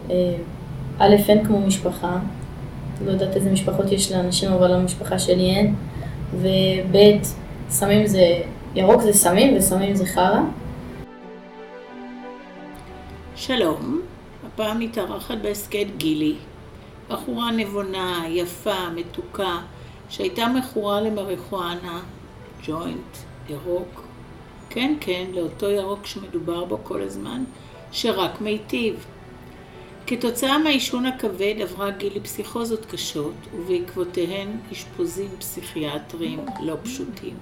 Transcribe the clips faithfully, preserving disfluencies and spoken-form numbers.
א', אין כמו משפחה, לא יודעת איזה משפחות יש לאנשים, אבל המשפחה שלי אין, וב', סמים זה, ירוק זה סמים וסמים זה חרא. שלום, הפעם מתארחת בהסכת גילי, בחורה נבונה, יפה, מתוקה, שהייתה מכורה למריחואנה, ג'וינט, ירוק. כן, כן, לאותו ירוק שמדובר בו כל הזמן, שרק מיטיב. כתוצאה מהעישון הכבד עברה גילי פסיכוזות קשות, ובעקבותיהן אשפוזים פסיכיאטריים לא פשוטים.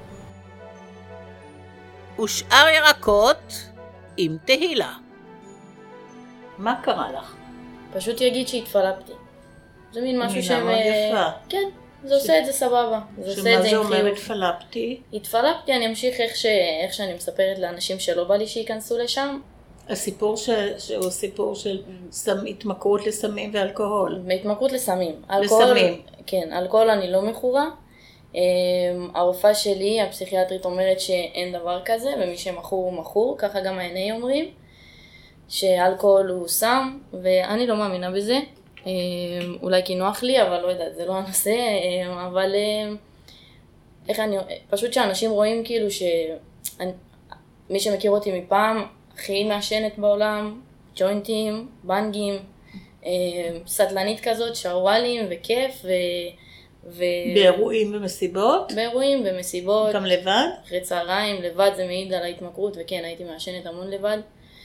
ושאר ירקות עם תהילה. מה קרה לך? פשוט יגיד שהתפלפתי. זה מין משהו מילה מאוד יפה. כן, זה עושה את זה סבבה. שמה זה אומר התפלפתי? התפלפתי, אני אמשיך איך, ש... איך שאני מספרת לאנשים שלא בא לי שייכנסו לשם. הסיפור ש... שהוא סיפור של סם... התמכרות לסמים ואלכוהול. התמכרות לסמים. אלכוהול, לסמים. כן, אלכוהול אני לא מכורה. הרופאה שלי, הפסיכיאטרית, אומרת שאין דבר כזה, ומי שמכור הוא מכור, ככה גם ה-אן איי אומרים, שאלכוהול הוא סם, ואני לא מאמינה בזה. אולי כי נוח לי, אבל לא יודעת, זה לא הנושא, אבל איך אני, פשוט שאנשים רואים כאילו שמי שמכיר אותי מפעם, הכי מעשנת בעולם, ג'וינטים, בנגים, סטלנית כזאת, שרוואלים וכיף, ו... ו... באירועים ומסיבות? באירועים ומסיבות. גם לבד? אחרי צהריים, לבד זה מעיד על ההתמכרות, וכן, הייתי מעשנת המון לבד.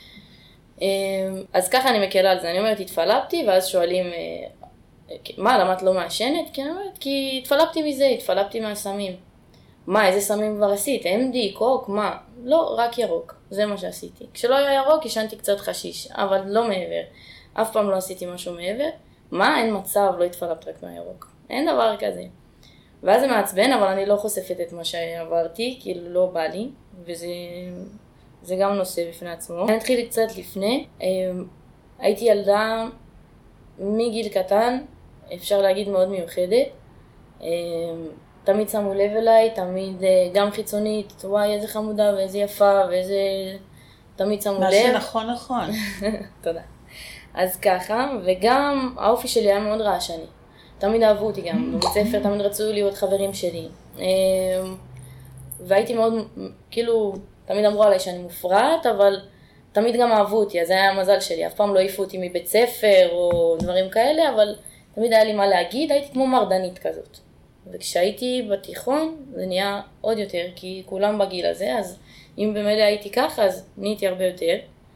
אז ככה אני מקלה על זה, אני אומרת, התפלפתי, ואז שואלים, מה, למה את לא מעשנת? כי אני אומרת, כי התפלפתי מזה, התפלפתי מהסמים. מה, איזה סמים כבר עשית? אם די, קוק, מה? לא, רק ירוק, זה מה שעשיתי. כשלא היה ירוק, ישנתי קצת חשיש, אבל לא מעבר. אף פעם לא עשיתי משהו מעבר. מה, אין מצב, לא התפלפת רק מהירוק. אין דבר כזה. ואז זה מעצבן, אבל אני לא חושפת את מה שעברתי, כאילו לא בא לי, וזה... זה גם נושא בפני עצמו. אני התחיל קצת לפני, הייתי ילדה מגיל קטן, אפשר להגיד מאוד מיוחדת. תמיד שמו לב אליי, תמיד גם חיצונית, וואי איזה חמודה ואיזה יפה ואיזה... תמיד שמו לב. מה שנכון נכון. תודה. אז ככה, וגם האופי שלי היה מאוד רעשני. תמיד אהבו אותי גם, בבית ספר תמיד רצו להיות חברים שלי. והייתי מאוד, כאילו... תמיד אמרו עליי שאני מופרעת, אבל תמיד גם אהבו אותי, אז זה היה המזל שלי. אף פעם לא העיפו אותי מבית ספר או דברים כאלה, אבל תמיד היה לי מה להגיד, הייתי כמו מרדנית כזאת. וכשהייתי בתיכון, זה נהיה עוד יותר, כי כולם בגיל הזה, אז אם במילא הייתי ככה, אז נהייתי הרבה יותר.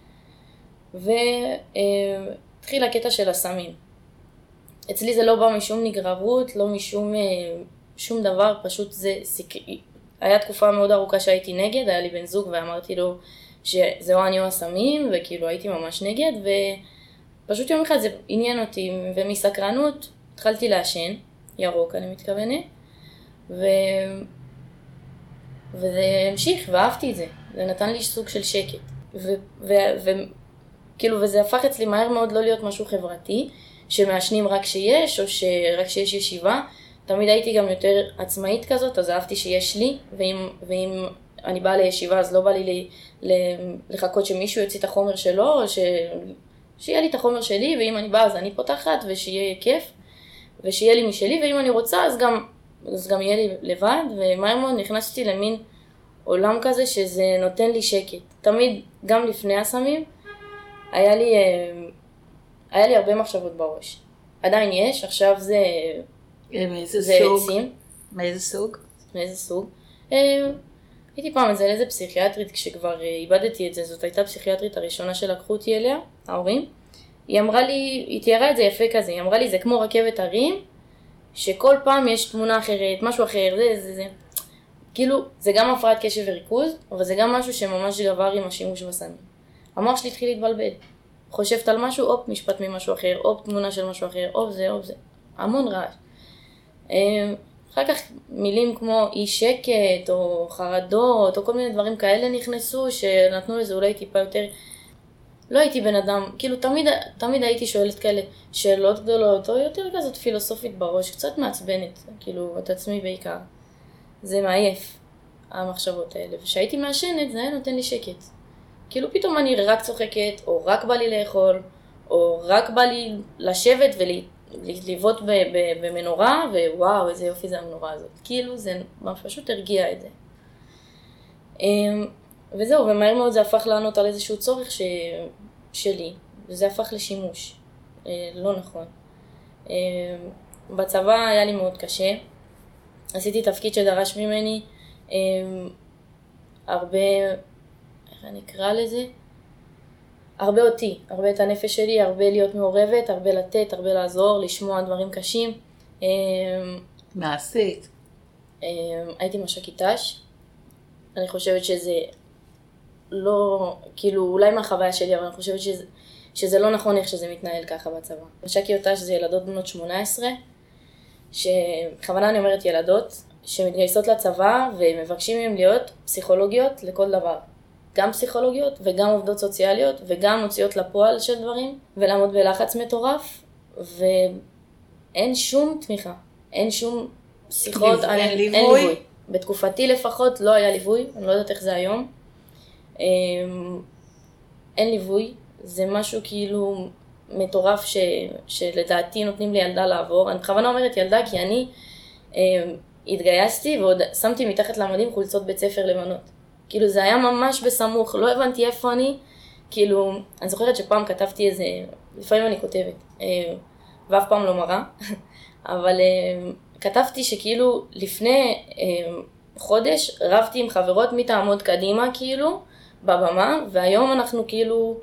והתחיל הקטע של הסמים. אצלי זה לא בא משום נגררות, לא משום שום דבר, פשוט זה סקרי. היה תקופה מאוד ארוכה שהייתי נגד, היה לי בן זוג ואמרתי לו שזה או אני או הסמים, וכאילו הייתי ממש נגד, ופשוט יום אחד זה עניין אותי, ומסקרנות התחלתי לעשן, ירוק אני מתכוונת, ו... וזה המשיך, ואהבתי את זה, זה נתן לי סוג של שקט, ו... ו... ו... כאילו, וזה הפך אצלי מהר מאוד לא להיות משהו חברתי, שמעשנים רק שיש, או שרק שיש ישיבה, תמיד הייתי גם יותר עצמאית כזאת, אז אהבתי שיש לי, ואם, ואם אני באה לישיבה, אז לא בא לי לחכות שמישהו יוציא את החומר שלו, או ש... שיהיה לי את החומר שלי, ואם אני באה, אז אני פותחת, ושיהיה כיף, ושיהיה לי משלי, ואם אני רוצה, אז גם, אז גם יהיה לי לבד, ומהר מאוד נכנסתי למין עולם כזה, שזה נותן לי שקט. תמיד, גם לפני הסמים, היה לי, היה לי הרבה מחשבות בראש. עדיין יש, עכשיו זה... מאיזה זה סוג? עצים. מאיזה סוג? מאיזה סוג? הייתי פעם אצל איזה פסיכיאטרית, כשכבר איבדתי את זה, זאת הייתה פסיכיאטרית הראשונה שלקחו אותי אליה, ההורים. היא אמרה לי, היא תיארה את זה יפה כזה, היא אמרה לי, זה כמו רכבת הרים, שכל פעם יש תמונה אחרת, משהו אחר, זה, זה, זה. כאילו, זה גם הפרעת קשב וריכוז, אבל זה גם משהו שממש גבר עם השימוש בסמים. המוח שלי התחיל להתבלבל. חושבת על משהו, אופ, משפט ממשהו אחר, אופ, תמונה של משהו אחר, אופ, זה, אופ, זה. המון רעש. אחר כך מילים כמו אי שקט או חרדות או כל מיני דברים כאלה נכנסו שנתנו לזה אולי טיפה יותר. לא הייתי בן אדם, כאילו תמיד, תמיד הייתי שואלת כאלה שאלות גדולות או יותר כזאת פילוסופית בראש, קצת מעצבנת, כאילו את עצמי בעיקר. זה מעייף, המחשבות האלה. ושהייתי מעשנת זה היה נותן לי שקט. כאילו פתאום אני רק צוחקת או רק בא לי לאכול או רק בא לי לשבת ולבעוט במנורה, ווואו, איזה יופי זה המנורה הזאת. כאילו זה פשוט הרגיע את זה. וזהו, ומהר מאוד זה הפך לענות על איזשהו צורך ש... שלי, וזה הפך לשימוש. לא נכון. בצבא היה לי מאוד קשה. עשיתי תפקיד שדרש ממני הרבה, איך אני אקרא לזה? הרבה אותי, הרבה את הנפש שלי, הרבה להיות מעורבת, הרבה לתת, הרבה לעזור, לשמוע דברים קשים. מה עשית? הייתי מש"קית ת"ש. אני חושבת שזה לא, כאילו אולי מהחוויה שלי, אבל אני חושבת שזה, שזה לא נכון איך שזה מתנהל ככה בצבא. מש"קיות ת"ש זה ילדות בנות שמונה עשרה, שבכוונה אני אומרת ילדות, שמתגייסות לצבא ומבקשים מהם להיות פסיכולוגיות לכל דבר. גם פסיכולוגיות וגם עובדות סוציאליות וגם מוציאות לפועל של דברים ולעמוד בלחץ מטורף, ואין שום תמיכה, אין שום שיחות, אין, אין ליווי. אין ליווי. בתקופתי לפחות לא היה ליווי, אני לא יודעת איך זה היום. אין ליווי, זה משהו כאילו מטורף ש, שלדעתי נותנים לי ילדה לעבור. אני בכוונה אומרת ילדה כי אני התגייסתי ועוד שמתי מתחת למדים חולצות בית ספר לבנות. כאילו זה היה ממש בסמוך, לא הבנתי איפה אני, כאילו, אני זוכרת שפעם כתבתי איזה, לפעמים אני כותבת, ואף פעם לא מראה, אבל כתבתי שכאילו לפני חודש רבתי עם חברות מי תעמוד קדימה כאילו, בבמה, והיום אנחנו כאילו,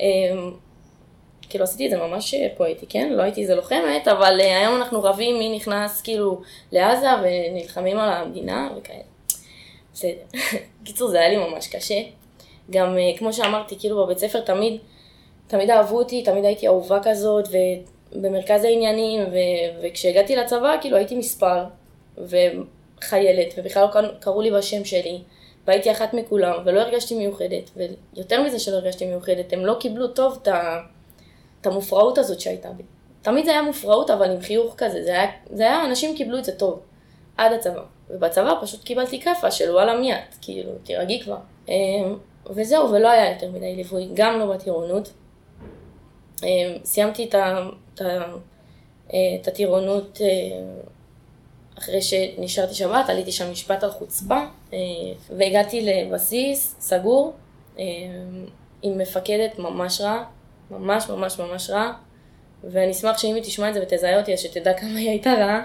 כאילו עשיתי את זה ממש פואטי, כן? לא הייתי איזה לוחמת, אבל היום אנחנו רבים מי נכנס כאילו לעזה ונלחמים על המדינה וכאלה. בסדר. קיצור, זה היה לי ממש קשה. גם כמו שאמרתי, כאילו בבית ספר תמיד, תמיד אהבו אותי, תמיד הייתי אהובה כזאת, ובמרכז העניינים, ו- וכשהגעתי לצבא, כאילו הייתי מספר, וחיילת, ובכלל לא קראו לי בשם שלי, והייתי אחת מכולם, ולא הרגשתי מיוחדת, ויותר מזה שלא הרגשתי מיוחדת, הם לא קיבלו טוב את, ה- את המופרעות הזאת שהייתה בי. תמיד זה היה מופרעות, אבל עם חיוך כזה, זה היה, זה היה, אנשים קיבלו את זה טוב, עד הצבא. ובצבא פשוט קיבלתי קפה של וואלה מיד, כאילו, תירגעי כבר. וזהו, ולא היה יותר מדי ליווי, גם לא בטירונות. סיימתי את, ה, את, ה, את הטירונות אחרי שנשארתי שבת, עליתי שם משפט על חוצפה, והגעתי לבסיס סגור, עם מפקדת ממש רע, ממש ממש ממש רע, ואני אשמח שאם היא תשמע את זה ותזהה אותי, אז שתדע כמה היא הייתה רעה.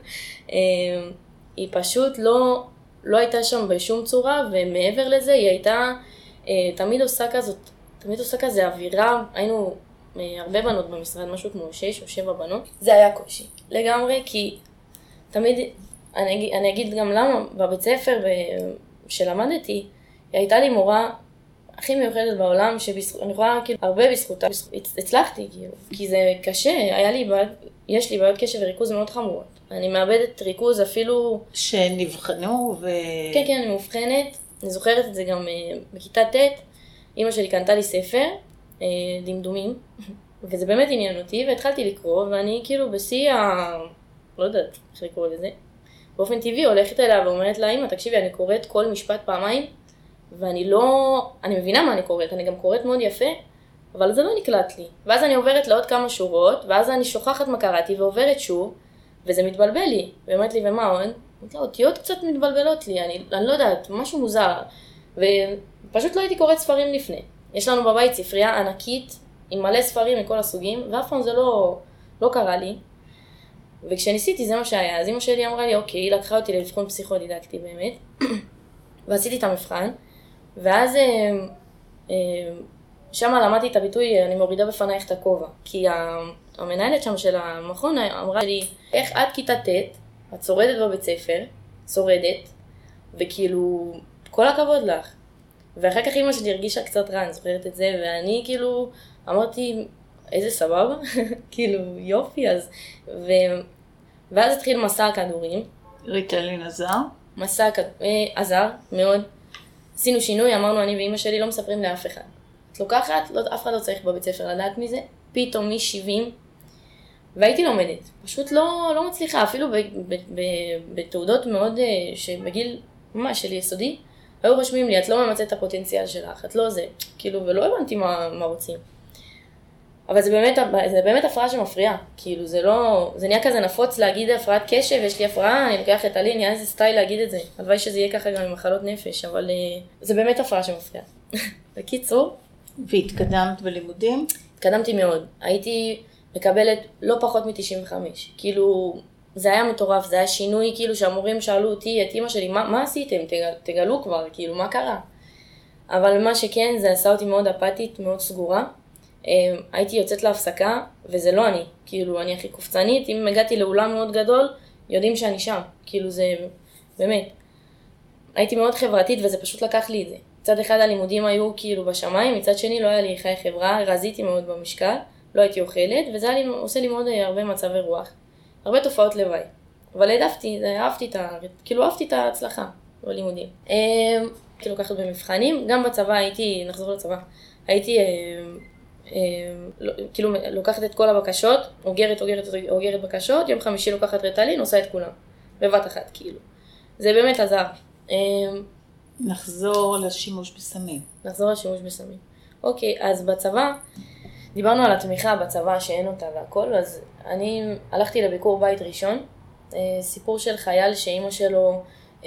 היא פשוט לא, לא הייתה שם בשום צורה, ומעבר לזה היא הייתה אה, תמיד עושה כזאת, תמיד עושה כזה אווירה, היינו אה, הרבה בנות במשרד, משהו כמו שש או שבע בנות, זה היה קושי לגמרי, כי תמיד, אני, אני אגיד גם למה, בבית ספר שלמדתי, היא הייתה לי מורה הכי מיוחדת בעולם, שאני יכולה כאילו הרבה בזכותה, הצלחתי כאילו, כי זה קשה, היה לי בעד, יש לי בעיות קשב וריכוז מאוד חמורות. אני מאבדת ריכוז אפילו... שנבחנו ו... כן, כן, אני מאובחנת. אני זוכרת את זה גם בכיתה ט', אמא שלי קנתה לי ספר, דמדומים, וזה באמת עניין אותי, והתחלתי לקרוא, ואני כאילו בשיא ה... לא יודעת איך לקרוא לזה. באופן טבעי הולכת אליה ואומרת לה, אמא, תקשיבי, אני קוראת כל משפט פעמיים, ואני לא... אני מבינה מה אני קוראת, אני גם קוראת מאוד יפה, אבל זה לא נקלט לי. ואז אני עוברת לעוד כמה שורות, ואז אני שוכחת מה קראתי ועוברת שוב, וזה מתבלבל לי. ואומרת לי, ומה עוד? אמרת לה, אותיות קצת מתבלבלות לי, אני, אני לא יודעת, משהו מוזר. ופשוט לא הייתי קוראת ספרים לפני. יש לנו בבית ספרייה ענקית, עם מלא ספרים מכל הסוגים, ואף פעם זה לא, לא קרה לי. וכשניסיתי זה מה שהיה, אז אמא שלי אמרה לי, אוקיי, היא לקחה אותי לאבחון פסיכודידקטי באמת, ועשיתי את המבחן, ואז שם למדתי את הביטוי, אני מורידה בפנייך את הכובע, כי המנהלת שם של המכון אמרה לי, איך עד כיתה ט' את שורדת בבית ספר, שורדת, וכאילו, כל הכבוד לך. ואחר כך אמא שלי הרגישה קצת רע, אני זוכרת את זה, ואני כאילו אמרתי, איזה סבבה, כאילו יופי, אז, ו... ואז התחיל מסע הכדורים. ריטלין עזר? מסע הכדורים, עזר מאוד. עשינו שינוי, אמרנו אני ואמא שלי לא מספרים לאף אחד. את לוקחת, לא, אף אחד לא צריך בבית ספר לדעת מזה, פתאום מ-שבעים, והייתי לומדת, פשוט לא, לא מצליחה, אפילו ב, ב, ב, בתעודות מאוד, שבגיל ממש של יסודי, היו רושמים לי, את לא ממצאת את הפוטנציאל שלך, את לא זה, כאילו, ולא הבנתי מה, מה רוצים. אבל זה באמת, זה באמת הפרעה שמפריעה, כאילו זה לא, זה נהיה כזה נפוץ להגיד הפרעת קשב, יש לי הפרעה, אני לוקח את עלי, נהיה איזה סטייל להגיד את זה, הלוואי שזה יהיה ככה גם עם מחלות נפש, אבל זה באמת הפרעה שמפריעה. בקיצור. והתקדמת בלימודים? התקדמתי מאוד, הייתי מקבלת לא פחות מ-תשעים וחמש, כאילו זה היה מטורף, זה היה שינוי, כאילו שהמורים שאלו אותי, את אמא שלי, מה, מה עשיתם? תגל, תגלו כבר, כאילו מה קרה? אבל מה שכן, זה עשה אותי מאוד אפתית, מאוד סגורה. הייתי יוצאת להפסקה, וזה לא אני, כאילו אני הכי קופצנית, אם הגעתי לאולם מאוד גדול, יודעים שאני שם, כאילו זה באמת. הייתי מאוד חברתית וזה פשוט לקח לי את זה. מצד אחד הלימודים היו כאילו בשמיים, מצד שני לא היה לי חיי חברה, רזיתי מאוד במשקל, לא הייתי אוכלת, וזה היה לי, עושה לי מאוד הרבה מצבי רוח, הרבה תופעות לוואי. אבל העדפתי, אהבתי את ה... כאילו אהבתי את ההצלחה בלימודים. כאילו ככה במבחנים, גם בצבא הייתי, נחזור לצבא, הייתי כאילו לוקחת את כל הבקשות, אוגרת, אוגרת, אוגרת בקשות, יום חמישי לוקחת ריטלין, עושה את כולם, בבת אחת כאילו. זה באמת עזר. נחזור לשימוש בסמים. נחזור לשימוש בסמים. אוקיי, אז בצבא, דיברנו על התמיכה בצבא שאין אותה והכל, אז אני הלכתי לביקור בית ראשון, סיפור של חייל שאימא שלו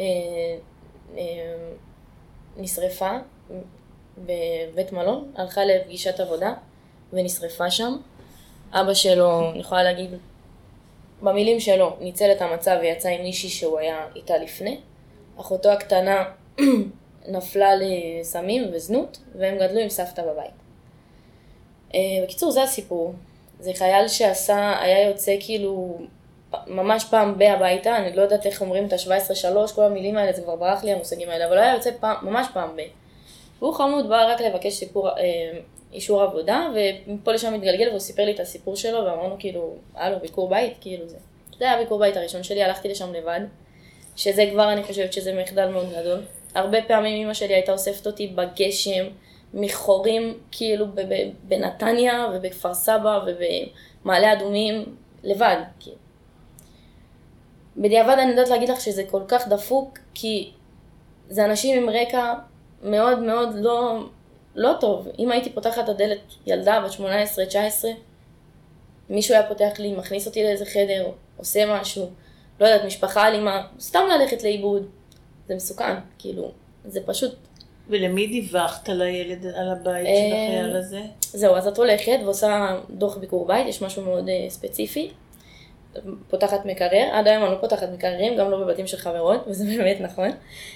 נשרפה בבית מלון, הלכה לפגישת עבודה ונשרפה שם. אבא שלו, אני יכולה להגיד, במילים שלו, ניצל את המצב ויצא עם מישהי שהוא היה איתה לפני. אחותו הקטנה נפלה לסמים וזנות, והם גדלו עם סבתא בבית. בקיצור, זה הסיפור. זה חייל שעשה, היה יוצא כאילו ממש פעם בהביתה, אני לא יודעת איך אומרים את ה-שבע עשרה שלוש, כל המילים האלה, זה כבר ברח לי המושגים האלה, אבל היה יוצא פעם, ממש פעם ב. והוא חמוד, בא רק לבקש סיפור, אה, אישור עבודה, ומפה לשם מתגלגל, והוא סיפר לי את הסיפור שלו, ואמרנו כאילו, היה לו ביקור בית, כאילו זה. זה היה ביקור בית הראשון שלי, הלכתי לשם לבד, שזה כבר אני חושבת שזה מחדל מאוד גדול. הרבה פעמים אמא שלי הייתה אוספת אותי בגשם, מחורים כאילו בנתניה ובכפר סבא ובמעלה אדומים, לבד. כאילו. בדיעבד אני יודעת להגיד לך שזה כל כך דפוק, כי זה אנשים עם רקע מאוד מאוד לא, לא טוב. אם הייתי פותחת את הדלת, ילדה בת שמונה עשרה תשע עשרה, מישהו היה פותח לי, מכניס אותי לאיזה חדר, עושה משהו, לא יודעת, משפחה אלימה, סתם ללכת לאיבוד. זה מסוכן, כאילו, זה פשוט... ולמי דיווחת על הילד, על הבית של החייל הזה? זהו, אז את הולכת ועושה דוח ביקור בית, יש משהו מאוד ספציפי. פותחת מקרר, עד היום אני לא פותחת מקררים, גם לא בבתים של חברות, וזה באמת נכון.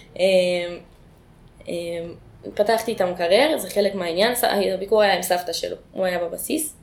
פתחתי את המקרר, זה חלק מהעניין, הביקור היה עם סבתא שלו, הוא היה בבסיס.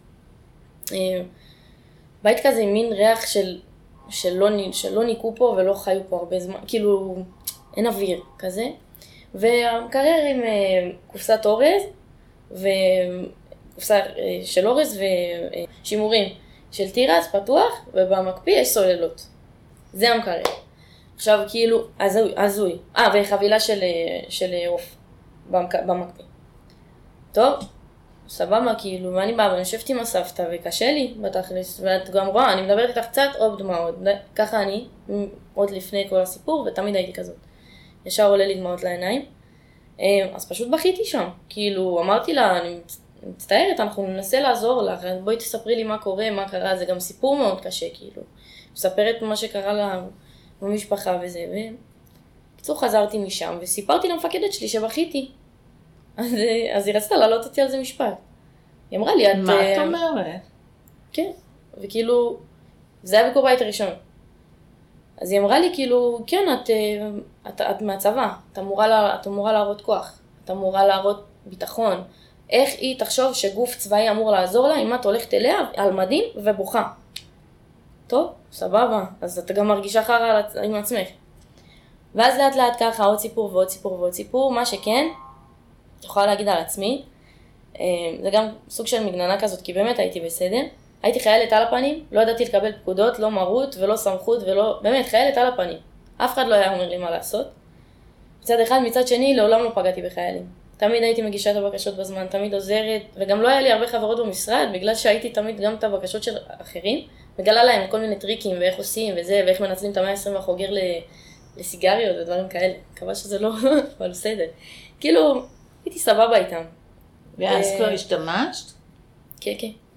בית כזה עם מין ריח של, שלא, שלא ניקו פה ולא חיו פה הרבה זמן, כאילו אין אוויר כזה. והמקרר עם קופסת אורז, וקופסה של אורז ושימורים. של תירס פתוח, ובמקפיא יש סוללות. זה המקרר. עכשיו כאילו, הזוי, הזוי. אה, וחבילה של, של עוף במקפיא. טוב, סבבה, כאילו, ואני באה ואני יושבת עם הסבתא, וקשה לי בתכלס, ואת גם רואה, אני מדברת איתך קצת, עוד דמעות. ככה אני, עוד לפני כל הסיפור, ותמיד הייתי כזאת. ישר עולה לי דמעות לעיניים. אז פשוט בכיתי שם. כאילו, אמרתי לה, אני מצטערת, אנחנו ננסה לעזור לך, בואי תספרי לי מה קורה, מה קרה, זה גם סיפור מאוד קשה, כאילו. מספרת מה שקרה לה במשפחה וזה, ובקיצור חזרתי משם, וסיפרתי למפקדת שלי שבכיתי. אז, אז היא רצתה לעלות אותי על זה משפט. היא אמרה לי, את... מה את אומרת? כן, וכאילו, זה היה ביקור בית הראשון. אז היא אמרה לי, כאילו, כן, את, את, את מהצבא, את אמורה, לה, את אמורה להראות כוח, את אמורה להראות ביטחון, איך היא תחשוב שגוף צבאי אמור לעזור לה אם את הולכת אליה על מדים ובוכה. טוב, סבבה, אז אתה גם מרגישה חרא עם עצמך. ואז לאט לאט ככה עוד סיפור ועוד סיפור ועוד סיפור, מה שכן, יכולה להגיד על עצמי, זה גם סוג של מגננה כזאת, כי באמת הייתי בסדר. הייתי חיילת על הפנים, לא ידעתי לקבל פקודות, לא מרות ולא סמכות ולא... באמת, חיילת על הפנים. אף אחד לא היה אומר לי מה לעשות. מצד אחד, מצד שני, לעולם לא פגעתי בחיילים. תמיד הייתי מגישה את הבקשות בזמן, תמיד עוזרת, וגם לא היה לי הרבה חברות במשרד, בגלל שהייתי תמיד גם את הבקשות של אחרים, מגלה להם כל מיני טריקים ואיך עושים וזה, ואיך מנצלים את המאה ה-עשרים והחוגר לסיגריות ודברים כאלה. מקווה שזה לא, אבל בסדר. כאילו, הייתי סבבה איתם. ואז כבר השתמשת? כן, כן.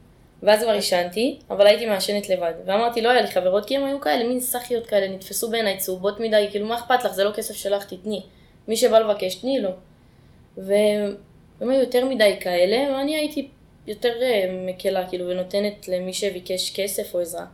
ואז כבר ישנתי, אבל הייתי מעשנת לבד. ואמרתי, לא היה לי חברות, כי הם היו כאלה, מין סחיות כאלה, נתפסו בעיניי צהובות מדי, כאילו מה אכפת לך, זה לא כסף שלך, תתני. מי שבא לבקש, תני לו. והם היו יותר מדי כאלה, ואני הייתי יותר מקלה, כאילו, ונותנת למי שביקש כסף או עזרה.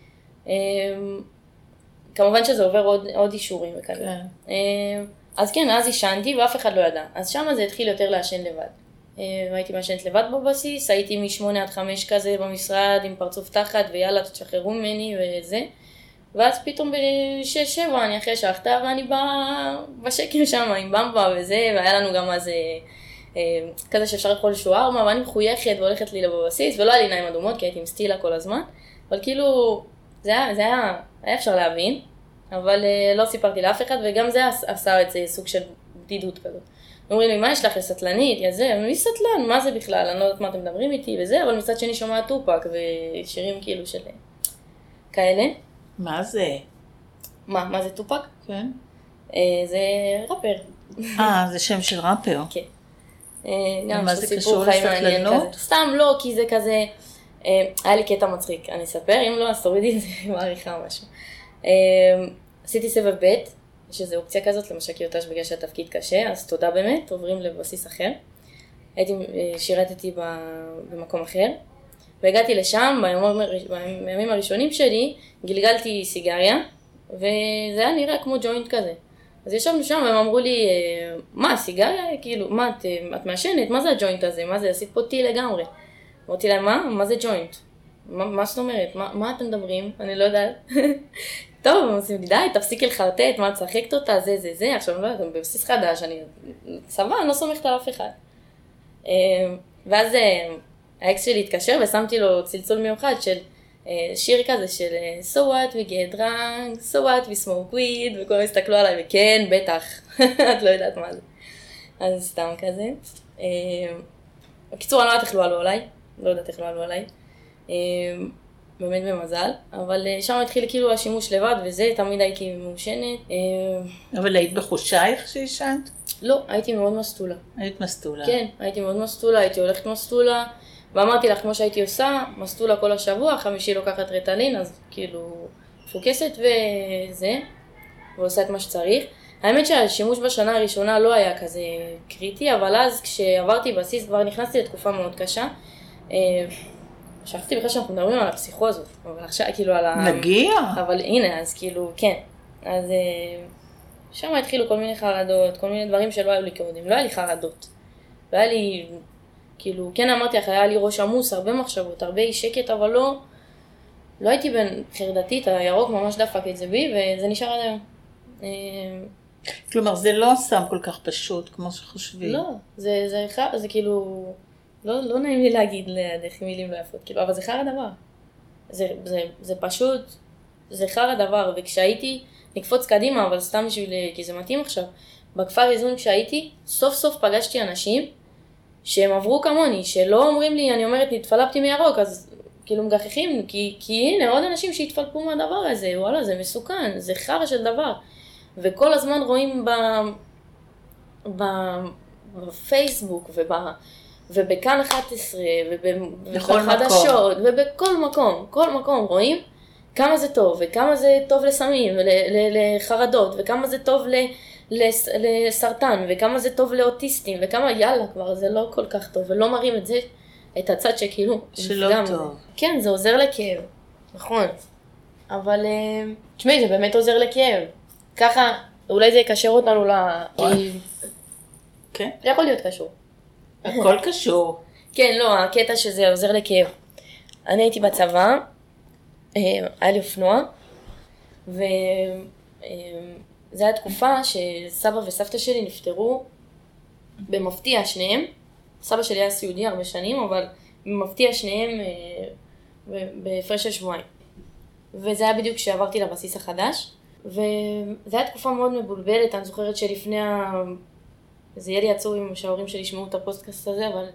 כמובן שזה עובר עוד, עוד אישורים וכאלה. כן. אז כן, אז ישנתי ואף אחד לא ידע. אז שם זה התחיל יותר לעשן לבד. הייתי מעשנת לבד בבסיס, הייתי משמונה עד חמש כזה במשרד עם פרצוף תחת ויאללה תשחררו ממני וזה. ואז פתאום בשש שבע אני אחרי שחטה ואני באה בשקם שם עם במבה וזה, והיה לנו גם אז כזה שאפשר לאכול שוארמה, ואני מחויכת והולכת לי לבסיס, ולא היה לי עיניים אדומות כי הייתי עם סטילה כל הזמן, אבל כאילו זה היה, זה היה, היה אפשר להבין, אבל לא סיפרתי לאף אחד, וגם זה עשה את זה סוג של בדידות כזאת. אומרים לי, מה יש לך לסטלנית? יא זה, מי סטלן? מה זה בכלל? אני לא יודעת מה אתם מדברים איתי וזה, אבל מצד שני שומעת טופק ושירים כאילו של כאלה. מה זה? מה? מה זה טופק? כן. זה ראפר. אה, זה שם של ראפר. כן. מה זה קשור לסטלנות? סתם לא, כי זה כזה, היה לי קטע מצחיק, אני אספר, אם לא, אז תורידי את זה, מעריכה משהו. עשיתי סבב ב' שזה אופציה כזאת, למש"קיות בגלל שהתפקיד קשה, אז תודה באמת, עוברים לבסיס אחר. הייתי, שירתתי במקום אחר, והגעתי לשם, בימים הראשונים שלי, גלגלתי סיגריה, וזה היה נראה כמו ג'וינט כזה. אז ישבנו שם והם אמרו לי, מה, סיגריה? כאילו, מה, את, את מעשנת? מה זה הג'וינט הזה? מה זה? עשית פה טי לגמרי. אמרתי להם, מה? מה זה ג'וינט? מה, מה זאת אומרת? מה, מה אתם מדברים? אני לא יודעת. טוב, הם עושים לי, די, תפסיקי לחרטט, מה, צחקת אותה, זה, זה, זה. עכשיו, לא יודעת, בבסיס חדש, אני סבבה, אני לא סומכת על אף אחד. ואז האקס שלי התקשר ושמתי לו צלצול מיוחד של שיר כזה של So what we get drunk, so what we smoke weed, וכולם הסתכלו עליי, וכן, בטח, את לא יודעת מה זה. אז סתם כזה. בקיצור, אני לא יודעת איך לא עלו עליי, לא יודעת איך לא עלו עליי. באמת במזל, אבל שם התחיל כאילו השימוש לבד, וזה תמיד הייתי מאושנת. אבל היית בחושייך שישנת? לא, הייתי מאוד מסטולה. היית מסטולה? כן, הייתי מאוד מסטולה, הייתי הולכת מסטולה, ואמרתי לך, כמו שהייתי עושה, מסטולה כל השבוע, חמישי לוקחת רטלין, אז כאילו פוקסת וזה, ועושה את מה שצריך. האמת שהשימוש בשנה הראשונה לא היה כזה קריטי, אבל אז כשעברתי בסיס כבר נכנסתי לתקופה מאוד קשה. שכחתי בכלל שאנחנו מדברים על הפסיכוזות, אבל עכשיו כאילו על ה... נגיע. אבל הנה, אז כאילו, כן. אז שם התחילו כל מיני חרדות, כל מיני דברים שלא היו לי קודם. לא היה לי חרדות. לא היה לי, כאילו, כן אמרתי לך, היה לי ראש עמוס, הרבה מחשבות, הרבה אי שקט, אבל לא, לא הייתי בין חרדתית, הירוק ממש דפק את זה בי, וזה נשאר עד היום. כלומר, זה לא סם כל כך פשוט, כמו שחושבים. לא, זה, זה, זה, זה כאילו... לא, לא נעים לי להגיד לידך מילים לא יפות, כאילו, אבל זה חר הדבר. זה, זה, זה פשוט, זה חר הדבר, וכשהייתי, נקפוץ קדימה, אבל סתם בשביל, כי זה מתאים עכשיו, בכפר איזון כשהייתי, סוף סוף פגשתי אנשים שהם עברו כמוני, שלא אומרים לי, אני אומרת, נתפלפתי מירוק, אז כאילו מגחכים, כי, כי הנה, עוד אנשים שהתפלפו מהדבר הזה, וואלה, זה מסוכן, זה חר של דבר. וכל הזמן רואים ב, ב, בפייסבוק וב... ובכאן אחת עשרה, ובחדשות, ובכל מקום, כל מקום רואים כמה זה טוב, וכמה זה טוב לסמים, לחרדות, וכמה זה טוב לסרטן, וכמה זה טוב לאוטיסטים, וכמה יאללה כבר, זה לא כל כך טוב, ולא מראים את זה, את הצד שכאילו... שלא טוב. כן, זה עוזר לכאב, נכון. אבל, תשמעי, זה באמת עוזר לכאב. ככה, אולי זה יקשר אותנו ל... כן. זה יכול להיות קשור. הכל קשור. כן, לא, הקטע שזה עוזר לכאב. אני הייתי בצבא, היה לי אופנוע, וזו הייתה תקופה שסבא וסבתא שלי נפטרו במפתיע שניהם. סבא שלי היה סיעודי הרבה שנים, אבל במפתיע שניהם בהפרש של שבועיים. וזה היה בדיוק כשעברתי לבסיס החדש, וזו הייתה תקופה מאוד מבולבלת, אני זוכרת שלפני ה... זה יהיה לי עצור עם שההורים שלי ישמעו את הפוסטקאסט הזה, אבל...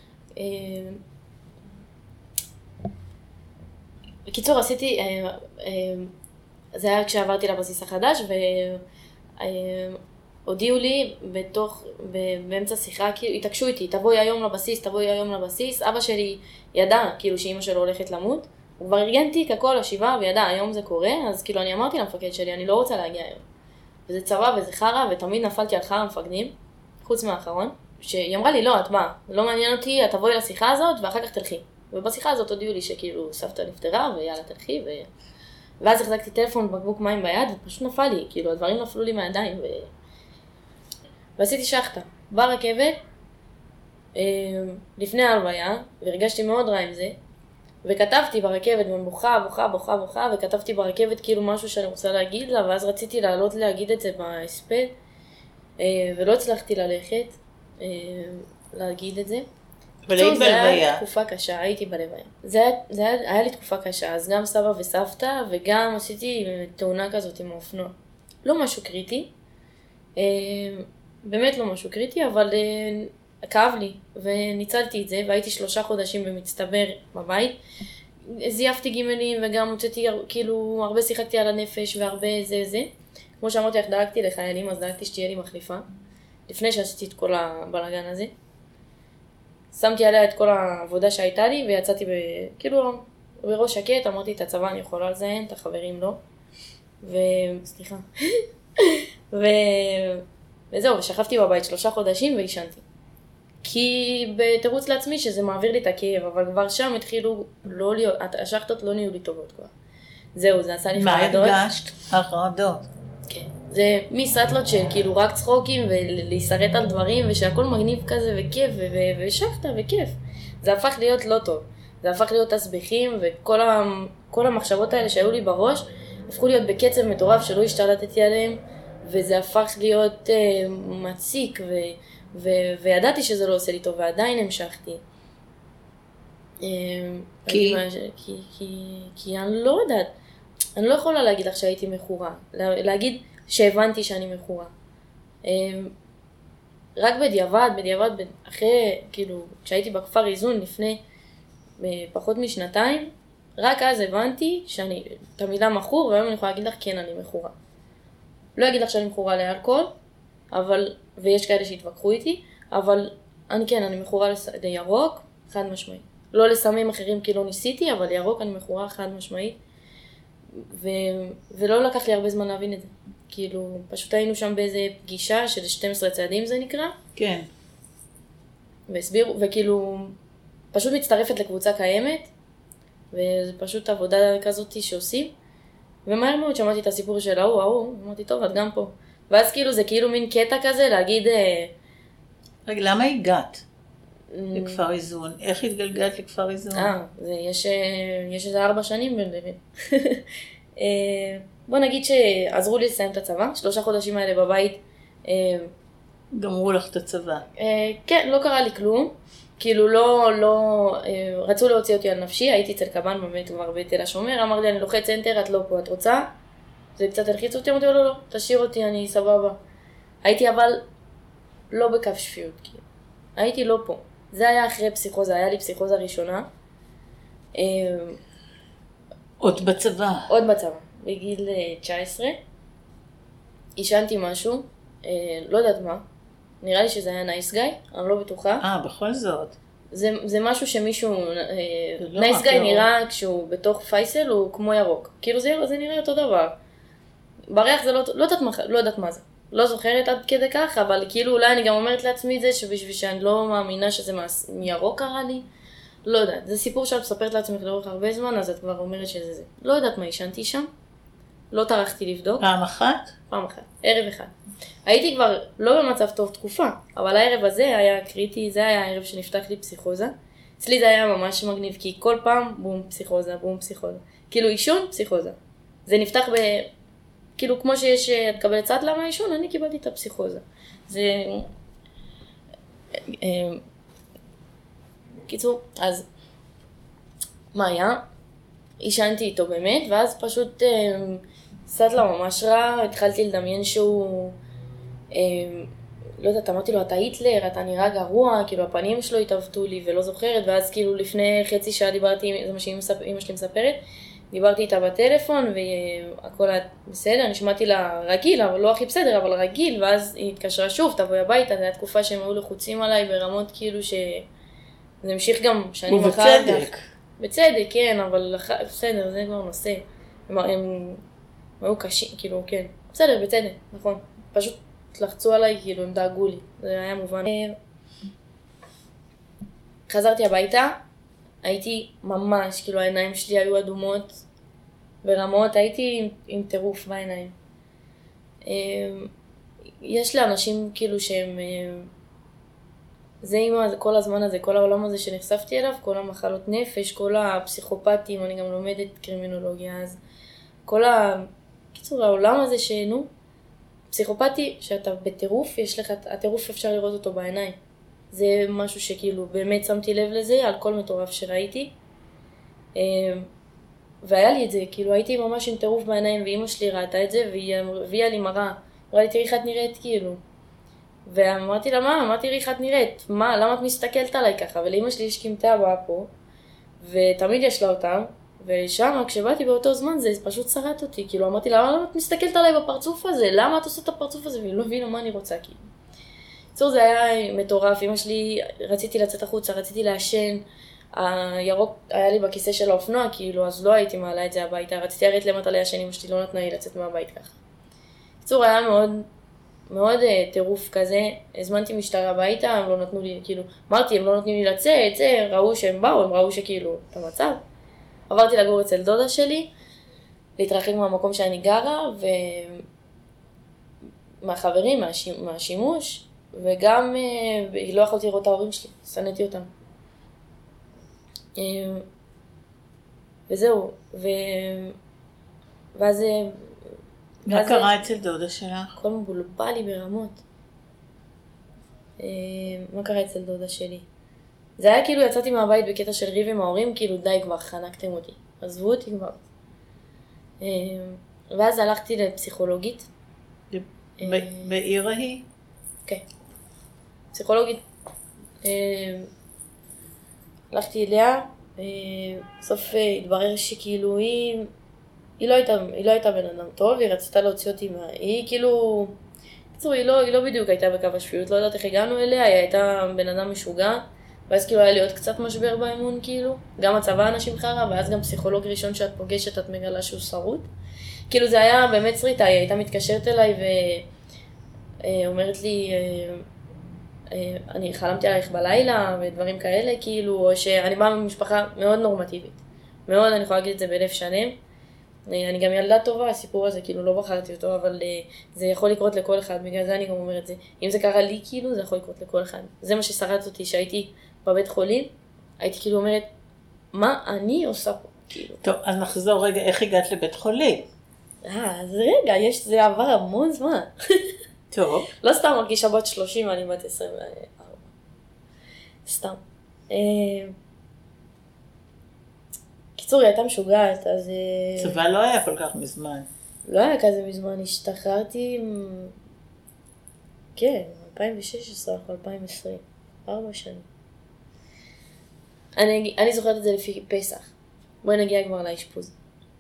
בקיצור, עשיתי... זה היה כשעברתי לבסיס החדש, הודיעו לי בתוך, באמצע שיחה, כאילו, התעקשו איתי, תבואי היום לבסיס, תבואי היום לבסיס. אבא שלי ידע, כאילו, שאמא שלו הולכת למות. הוא כבר ארגן תיק הכל לשבעה, וידע, היום זה קורה, אז כאילו, אני אמרתי למפקד שלי, אני לא רוצה להגיע היום. וזה צבא וזה חרא, ותמיד נפלתי על חרא מפקדים, חוץ מהאחרון, שהיא אמרה לי, לא, את באה, לא מעניין אותי, את תבואי לשיחה הזאת, ואחר כך תלכי. ובשיחה הזאת הודיעו לי שכאילו, סבתא נפטרה, ויאללה, תלכי, ו... ואז החזקתי טלפון, בקבוק מים ביד, ופשוט נפל לי, כאילו, הדברים נפלו לי מהידיים, ו... ועשיתי שחטה, ברכבת, לפני ההלוויה, והרגשתי מאוד רע עם זה, וכתבתי ברכבת, בוכה, בוכה, בוכה, בוכה, וכתבתי ברכבת כאילו משהו שאני רוצה להגיד לה, ואז רציתי לעלות להגיד את זה בהספד, ולא הצלחתי ללכת להגיד את זה. אבל היית בלוויה. זה היה תקופה קשה, הייתי בלוויה. זה, היה, זה היה, היה לי תקופה קשה, אז גם סבא וסבתא, וגם עשיתי תאונה כזאת עם האופנוע. לא משהו קריטי, באמת לא משהו קריטי, אבל כאב לי, וניצלתי את זה, והייתי שלושה חודשים במצטבר בבית. זייפתי גימלים, וגם הוצאתי, כאילו, הרבה שיחקתי על הנפש, והרבה זה זה. כמו שאמרתי לך, דאגתי לחיילים, אז דאגתי שתהיה לי מחליפה, לפני שעשיתי את כל הבלגן הזה. שמתי עליה את כל העבודה שהייתה לי, ויצאתי ב... כאילו, בראש שקט, אמרתי את הצבא אני יכולה לזיין, את החברים לא. ו... סליחה. ו... וזהו, ושכבתי בבית שלושה חודשים והישנתי. כי בתירוץ לעצמי שזה מעביר לי את הכאב, אבל כבר שם התחילו לא להיות, השחטות לא נהיו לי טובות כבר. זהו, זה עשה לי חרדות. מה הרגשת? החרדות. כן. זה מסטלות שכאילו רק צחוקים ולהישרט על דברים ושהכל מגניב כזה וכיף ושחטה וכיף. זה הפך להיות לא טוב. זה הפך להיות תסביכים וכל כל המחשבות האלה שהיו לי בראש הפכו להיות בקצב מטורף שלא השתלטתי עליהם, וזה הפך להיות uh, מציק ו... ו- וידעתי שזה לא עושה לי טוב, ועדיין המשכתי. כי? כי, כי, כי אני לא יודעת, אני לא יכולה להגיד לך שהייתי מכורה, להגיד שהבנתי שאני מכורה. רק בדיעבד, בדיעבד, אחרי, כאילו, כשהייתי בכפר איזון לפני פחות משנתיים, רק אז הבנתי שאני, את המילה מכור, והיום אני יכולה להגיד לך, כן, אני מכורה. לא אגיד לך שאני מכורה לאלכוהול, אבל, ויש כאלה שהתווכחו איתי, אבל אני כן, אני מכורה לירוק, חד משמעית. לא לסמים אחרים כי לא ניסיתי, אבל לירוק אני מכורה חד משמעית. ו, ולא לקח לי הרבה זמן להבין את זה. כאילו, פשוט היינו שם באיזה פגישה של שנים עשר צעדים זה נקרא. כן. והסבירו, וכאילו, פשוט מצטרפת לקבוצה קיימת, וזה פשוט עבודה כזאת שעושים. ומהר מאוד שמעתי את הסיפור של ההוא, ההוא, אמרתי, טוב, את גם פה. ואז כאילו זה כאילו מין קטע כזה להגיד... רגע, למה הגעת לכפר איזון? איך התגלגלת לכפר איזון? אה, יש, יש איזה ארבע שנים בין לבין. בוא נגיד שעזרו לי לסיים את הצבא, שלושה חודשים האלה בבית. גמרו לך את הצבא. כן, לא קרה לי כלום. כאילו לא, לא, רצו להוציא אותי על נפשי, הייתי אצל קב"ן באמת כבר בתל השומר, אמר לי אני לוחץ אנטר, את לא פה, את רוצה? זה קצת הלחיץ אותי, אמרתי לו, לא, לא, תשאיר אותי, אני סבבה. הייתי אבל לא בקו שפיות, כאילו. הייתי לא פה. זה היה אחרי פסיכוזה, היה לי פסיכוזה ראשונה. עוד בצבא. עוד בצבא, בגיל תשע עשרה. עישנתי משהו, לא יודעת מה. נראה לי שזה היה נייס גאי, אני לא בטוחה. אה, בכל זאת. זה, זה משהו שמישהו, נייס גאי נראה כשהוא בתוך פייסל, הוא כמו ירוק. כאילו זה, זה נראה אותו דבר. בריח זה לא, לא יודעת מה, לא יודעת מה זה. לא זוכרת עד כדי כך, אבל כאילו אולי אני גם אומרת לעצמי את זה, שבשביל שאני לא מאמינה שזה מירוק קרה לי. לא יודעת, זה סיפור שאת מספרת לעצמך לאורך הרבה זמן, אז את כבר אומרת שזה זה. לא יודעת מה ישנתי שם. לא טרחתי לבדוק. פעם אחת? פעם אחת, ערב אחד. הייתי כבר לא במצב טוב תקופה, אבל הערב הזה היה קריטי, זה היה הערב שנפתח לי פסיכוזה. אצלי זה היה ממש מגניב, כי כל פעם בום פסיכוזה, בום פסיכוזה. כאילו עישון, פסיכוזה. זה נפתח ב... כאילו כמו שיש, את קבלת צעת למה עישון, אני קיבלתי את הפסיכוזה. זה... קיצור, אז... מה היה? עישנתי איתו באמת, ואז פשוט... סטלה ממש רע, התחלתי לדמיין שהוא, אה, לא יודעת, אמרתי לו, אתה היטלר, אתה נראה גרוע, כאילו הפנים שלו התעוותו לי ולא זוכרת, ואז כאילו לפני חצי שעה דיברתי, זה מה שאמא שלי מספרת, דיברתי איתה בטלפון, והכל היה בסדר, נשמעתי לה רגיל, אבל לא הכי בסדר, אבל רגיל, ואז היא התקשרה שוב, תבואי הביתה, זו הייתה תקופה שהם היו לחוצים עליי ברמות כאילו ש... זה המשיך גם שנים אחר כך. ובצדק. בצדק, כן, אבל בסדר, זה כבר נושא. הם, הם היו קשים, כאילו, כן. בסדר, בצדק, נכון. פשוט לחצו עליי, כאילו, הם דאגו לי. זה היה מובן. חזרתי הביתה, הייתי ממש, כאילו, העיניים שלי היו אדומות ברמות, הייתי עם, עם טירוף בעיניים. יש לאנשים, כאילו, שהם... זה עם כל הזמן הזה, כל העולם הזה שנחשפתי אליו, כל המחלות נפש, כל הפסיכופטים, אני גם לומדת קרימינולוגיה, אז כל ה... קיצור, העולם הזה שנו, פסיכופטי, שאתה בטירוף, יש לך, הטירוף אפשר לראות אותו בעיניים. זה משהו שכאילו באמת שמתי לב לזה, על כל מטורף שראיתי. והיה לי את זה, כאילו הייתי ממש עם טירוף בעיניים, ואמא שלי ראתה את זה, והיא הביאה לי מראה. אמרה לי, תראי איך את נראית, כאילו. ואמרתי לה, מה? אמרתי, תראי איך את נראית. מה? למה את מסתכלת עליי ככה? ולאמא שלי יש קמטי הבאה פה, ותמיד יש לה אותם, ושם, כשבאתי באותו זמן, זה פשוט שרט אותי. כאילו, אמרתי לה, למה את מסתכלת עליי בפרצוף הזה? למה את עושה את הפרצוף הזה? והיא לא הבינה מה אני רוצה, כאילו. בקיצור, זה היה מטורף. אמא שלי, רציתי לצאת החוצה, רציתי לעשן. הירוק היה לי בכיסא של האופנוע, כאילו, אז לא הייתי מעלה את זה הביתה. רציתי לרדת למטה לעשן, אמא שלי לא נתנה לי לצאת מהבית ככה. בקיצור, היה מאוד, מאוד uh, טירוף כזה. הזמנתי משטרה הביתה, הם לא נתנו לי, כאילו, אמרתי, הם לא נותנים לי לצאת, זה, ראו שהם באו, הם ראו שכאילו, את המצב. עברתי לגור אצל דודה שלי, להתרחק מהמקום שאני גרה, ומהחברים, מהשימוש, מהשימוש וגם uh, לא יכולתי לראות את ההורים שלי, שנאתי אותם. Uh, וזהו, ו... ואז... מה ואז קרה אצל דודה שלך? הכל מבולבל לי ברמות. Uh, מה קרה אצל דודה שלי? זה היה כאילו יצאתי מהבית בקטע של ריב עם ההורים, כאילו די כבר חנקתם אותי, עזבו אותי כבר. Uh, ואז הלכתי לפסיכולוגית. בעיר ההיא? כן. פסיכולוגית. הלכתי אליה, בסוף התברר שכאילו היא, היא לא הייתה, היא לא הייתה בן אדם טוב, היא רצתה להוציא אותי מה, היא כאילו, בקיצור, היא לא, היא לא בדיוק הייתה בקו השפיות, לא יודעת איך הגענו אליה, היא הייתה בן אדם משוגע, ואז כאילו היה לי עוד קצת משבר באמון כאילו, גם הצבא אנשים חרה, ואז גם פסיכולוג ראשון שאת פוגשת, את מגלה שהוא שרוט. כאילו זה היה באמת שריטה, היא הייתה מתקשרת אליי ואומרת לי, אני חלמתי עלייך בלילה ודברים כאלה, כאילו, או שאני באה ממשפחה מאוד נורמטיבית. מאוד, אני יכולה להגיד את זה בלב שלם. אני גם ילדה טובה, הסיפור הזה, כאילו, לא בחרתי אותו, אבל זה יכול לקרות לכל אחד, בגלל זה אני גם אומרת את זה. אם זה קרה לי, כאילו, זה יכול לקרות לכל אחד. זה מה ששרט אותי, שהייתי בבית חולים, הייתי כאילו אומרת, מה אני עושה פה, כאילו. טוב, אז נחזור רגע, איך הגעת לבית חולים? אה, אז רגע, יש, זה עבר המון זמן. טוב. לא סתם מרגישה בת שלושים, אני בת עשרים וארבע. סתם. קיצור, היא הייתה משוגעת, אז... צבא לא היה כל כך מזמן. לא היה כזה מזמן, השתחררתי עם... כן, אלפיים ושש עשרה, אלפיים ועשרים. ארבע שנים. אני, אני זוכרת את זה לפי פסח. בואי נגיע כבר לאשפוז.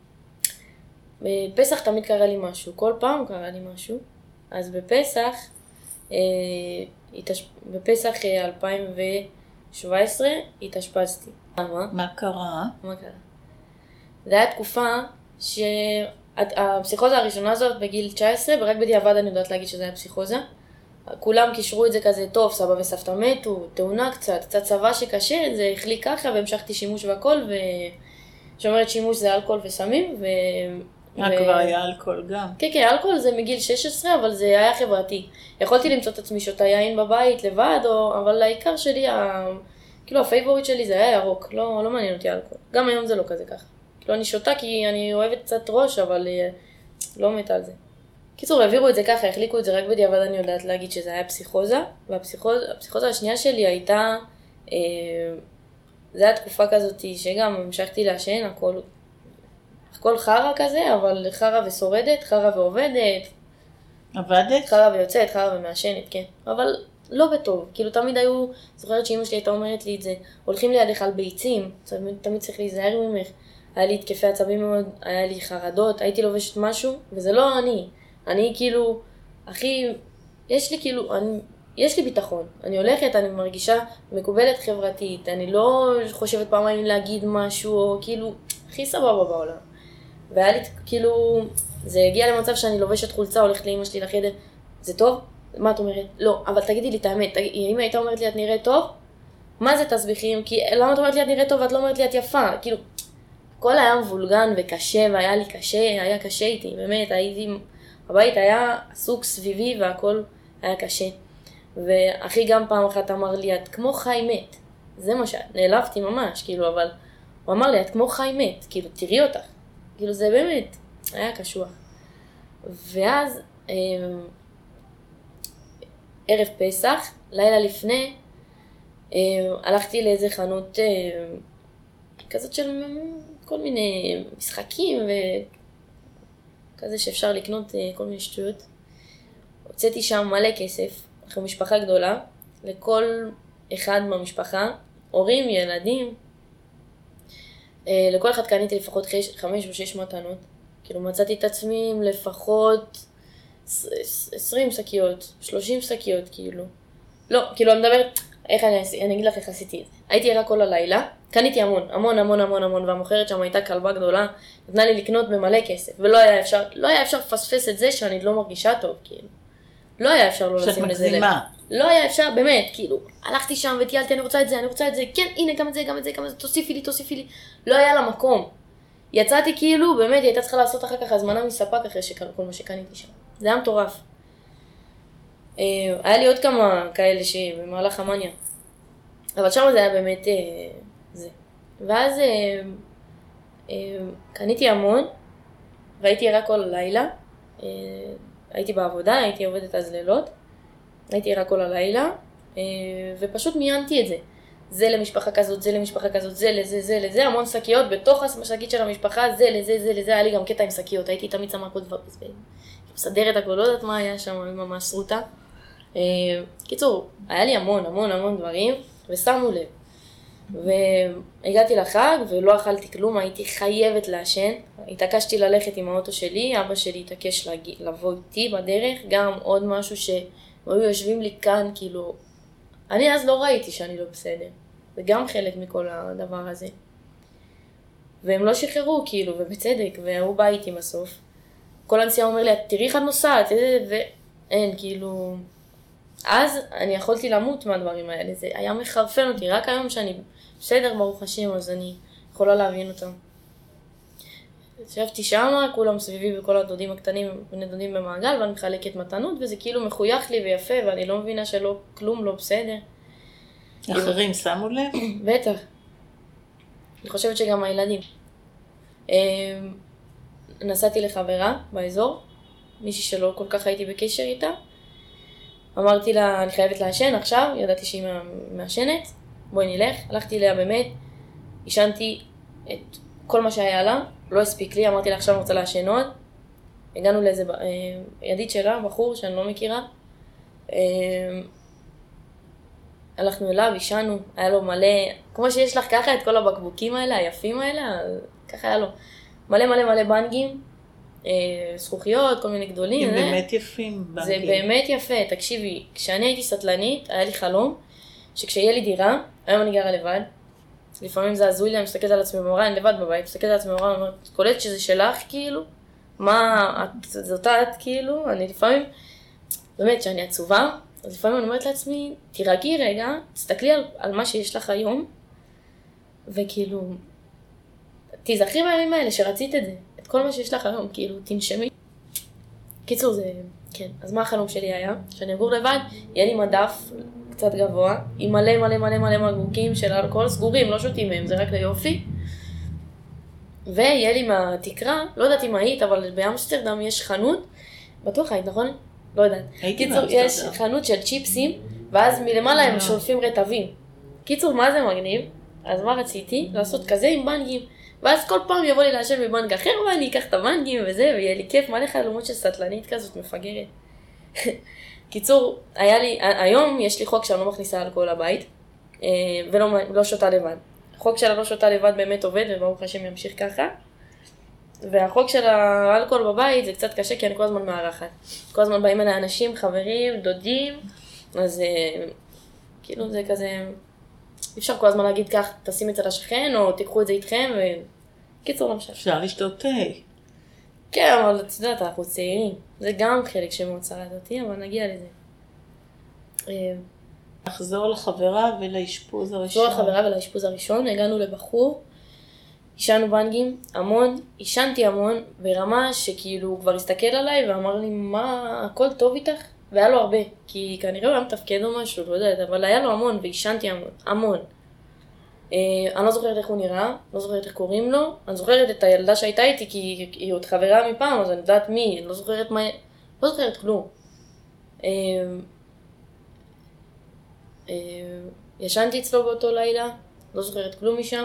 בפסח תמיד קרה לי משהו, כל פעם קרה לי משהו. אז בפסח, אה, התש... בפסח אלפיים ושבע עשרה התאשפזתי. מה? מה קרה? מה קרה? זה היה תקופה שהפסיכוזה הראשונה הזאת בגיל תשע עשרה, ברק בדיעבד אני יודעת להגיד שזה היה פסיכוזה. כולם קישרו את זה כזה טוב, סבא וסבתא מתו, תאונה קצת, קצת צבא שקשה, זה החליק ככה והמשכתי שימוש והכל, ושאומרת שימוש זה אלכוהול וסמים, ו... מה ו... כבר היה אלכוהול גם? כן, כן, אלכוהול זה מגיל שש עשרה, אבל זה היה חברתי. יכולתי למצוא את עצמי שותה יין בבית לבד, או... אבל העיקר שלי, ה... כאילו הפייבורית שלי זה היה ירוק, לא, לא מעניין אותי אלכוהול. גם היום זה לא כזה ככה. כאילו אני שותה כי אני אוהבת קצת ראש, אבל לא מתה על זה. קיצור, העבירו את זה ככה, החליקו את זה רק בדיעבד, אני יודעת להגיד שזה היה פסיכוזה, והפסיכוזה השנייה שלי הייתה, אה, זה היה תקופה כזאת שגם המשכתי לעשן, הכל, הכל חרה כזה, אבל חרה ושורדת, חרה ועובדת. עבדת? חרה ויוצאת, חרה ומעשנת, כן. אבל לא בטוב, כאילו תמיד היו, זוכרת שאמא שלי הייתה אומרת לי את זה, הולכים לידך על ביצים, תמיד, תמיד צריך להיזהר ממך. היה לי התקפי עצבים מאוד, היה לי חרדות, הייתי לובשת משהו, וזה לא אני. אני כאילו, הכי, יש לי כאילו, אני, יש לי ביטחון. אני הולכת, אני מרגישה מקובלת חברתית, אני לא חושבת פעמיים להגיד משהו, או כאילו, הכי סבבה בעולם. והיה לי כאילו, זה הגיע למצב שאני לובשת חולצה, הולכת לאמא שלי לחדר, זה טוב? מה את אומרת? לא, אבל תגידי לי את האמת, תג... אם הייתה אומרת לי את נראית טוב, מה זה תסביכים? כי למה את אומרת לי את נראית טוב ואת לא אומרת לי את יפה? כאילו, כל היה מבולגן וקשה, והיה לי קשה, היה קשה איתי, באמת, הייתי, הבית היה עסוק סביבי והכל היה קשה. ואחי גם פעם אחת אמר לי, את כמו חי מת. זה מה שאת, נעלבתי ממש, כאילו, אבל הוא אמר לי, את כמו חי מת, כאילו, תראי אותך. כאילו, זה באמת, היה קשוח. ואז, אה, ערב פסח, לילה לפני, אה, הלכתי לאיזה חנות אה, כזאת של כל מיני משחקים וכזה שאפשר לקנות אה, כל מיני שטויות. הוצאתי שם מלא כסף, אחרי משפחה גדולה, לכל אחד מהמשפחה, הורים, ילדים, אה, לכל אחד קניתי לפחות חש, חמש או שש מתנות. כאילו מצאתי את עצמי עם לפחות עשרים שקיות, שלושים שקיות כאילו. לא, כאילו אני מדברת, איך אני, אני אגיד לך איך עשיתי את זה. הייתי ערה כל הלילה, קניתי המון, המון המון המון המון, והמוכרת שם הייתה כלבה גדולה, נתנה לי לקנות במלא כסף, ולא היה אפשר, לא היה אפשר לפספס את זה שאני לא מרגישה טוב, כאילו. לא היה אפשר לא לשים לזה לב. לא היה אפשר, באמת, כאילו, הלכתי שם וטיילתי, אני רוצה את זה, אני רוצה את זה, כן, הנה, גם את זה, גם את זה, גם את זה, תוסיפי לי, תוסיפי לי. לא היה לה מקום. יצאתי כאילו, באמת, היא הייתה צריכה לעשות אחר כך הזמנה מספק אחרי שכל מה שקניתי שם. זה היה מטורף. היה לי עוד כמה כאלה שבמהלך המניה. אבל שם זה היה באמת זה. ואז קניתי המון, והייתי ערה כל הלילה. הייתי בעבודה, הייתי עובדת אז לילות. הייתי ערה כל הלילה, ופשוט מיינתי את זה. זה למשפחה כזאת, זה למשפחה כזאת, זה לזה, זה לזה, המון שקיות, בתוך השקית של המשפחה, זה לזה, זה לזה, היה לי גם קטע עם שקיות, הייתי תמיד שמה כל דבר בזבן. מסדרת הכל, לא יודעת מה היה שם, ממש סרוטה. קיצור, היה לי המון, המון, המון דברים, ושמו לב. והגעתי לחג, ולא אכלתי כלום, הייתי חייבת לעשן. התעקשתי ללכת עם האוטו שלי, אבא שלי התעקש לבוא איתי בדרך, גם עוד משהו שהם היו יושבים לי כאן, כאילו, אני אז לא ראיתי שאני לא בסדר. זה גם חלק מכל הדבר הזה. והם לא שחררו, כאילו, ובצדק, והוא בא איתי בסוף. כל הנסיעה אומר לי, תראי איך את נוסעת, ואין, כאילו... אז אני יכולתי למות מהדברים האלה, זה היה מחרפן אותי, רק היום שאני בסדר ברוך השם, אז אני יכולה להבין אותם. ישבתי שם, כולם סביבי וכל הדודים הקטנים, בני דודים במעגל, ואני מחלקת מתנות, וזה כאילו מחוייך לי ויפה, ואני לא מבינה שלא, כלום לא בסדר. אחרים שמו לב? בטח. אני חושבת שגם הילדים. נסעתי לחברה באזור, מישהי שלא כל כך הייתי בקשר איתה. אמרתי לה, אני חייבת לעשן עכשיו, ידעתי שהיא מעשנת, בואי נלך. הלכתי אליה באמת, עישנתי את כל מה שהיה לה, לא הספיק לי, אמרתי לה עכשיו אני רוצה לעשן עוד. הגענו לאיזה ידיד שלה, בחור שאני לא מכירה. הלכנו אליו, עישנו, היה לו מלא, כמו שיש לך ככה את כל הבקבוקים האלה, היפים האלה, ככה היה לו מלא מלא מלא בנגים, זכוכיות, כל מיני גדולים. הם באמת יפים, בנגים. זה באמת יפה, תקשיבי, כשאני הייתי סטלנית, היה לי חלום, שכשיהיה לי דירה, היום אני גרה לבד, לפעמים זה הזוי לי, אני מסתכלת על עצמי במראה, אני לבד בבית, מסתכלת על עצמי במראה, אני אומרת, קולט שזה שלך, כאילו, מה, את, זאת את, כאילו, אני לפעמים, באמת, שאני עצובה, אז לפעמים אני אומרת לעצמי, תירגעי רגע, תסתכלי על, על מה שיש לך היום, וכאילו, תזכרי בימים האלה שרצית את זה, את כל מה שיש לך היום, כאילו, תנשמי. קיצור, זה, כן, אז מה החלום שלי היה? שאני אגור לבד, יהיה לי מדף קצת גבוה, עם מלא מלא מלא מלא מגבוקים של אלכוהול סגורים, לא שותים מהם, זה רק ליופי. ויהיה לי מהתקרה, לא יודעת אם היית, אבל באמסטרדם יש חנות, בטוח היית, נכון? לא יודעת. קיצור, יש חנות של צ'יפסים, ואז מלמעלה הם שולפים רטבים. קיצור, מה זה מגניב? אז מה רציתי? לעשות כזה עם בנגים. ואז כל פעם יבוא לי לעשן מבנג אחר, ואני אקח את הבנגים וזה, ויהיה לי כיף, מלא חלומות של סטלנית כזאת מפגרת. קיצור, היה לי, היום יש לי חוק שאני לא מכניסה אלכוהול לבית, ולא לא שותה לבד. החוק של הלא שותה לבד באמת עובד, וברוך השם ימשיך ככה. והחוק של האלכוהול בבית זה קצת קשה, כי אני כל הזמן מערכת. כל הזמן באים אליי אנשים, חברים, דודים, אז כאילו זה כזה, אי אפשר כל הזמן להגיד כך, תשים את זה לשכן, או תיקחו את זה איתכם, וקיצור לא משנה. אפשר לשתות תה. כן, אבל את יודעת, אנחנו צעירים. זה גם חלק שמאוד שרד אותי, אבל נגיע לזה. לחזור לחברה ולאשפוז הראשון. לחזור לחברה ולאשפוז הראשון, הגענו לבחור, ישנו בנגים, המון, ישנתי המון, ברמה שכאילו הוא כבר הסתכל עליי ואמר לי, מה, הכל טוב איתך? והיה לו הרבה, כי כנראה הוא היה מתפקד או משהו, לא יודעת, אבל היה לו המון, וישנתי המון, המון. אה, אני לא זוכרת איך הוא נראה, לא זוכרת איך קוראים לו, אני זוכרת את הילדה שהייתה איתי, כי היא עוד חברה מפעם, אז אני יודעת מי, אני לא זוכרת מה, לא זוכרת כלום. אה, אה, ישנתי אצלו באותו לילה, לא זוכרת כלום משם.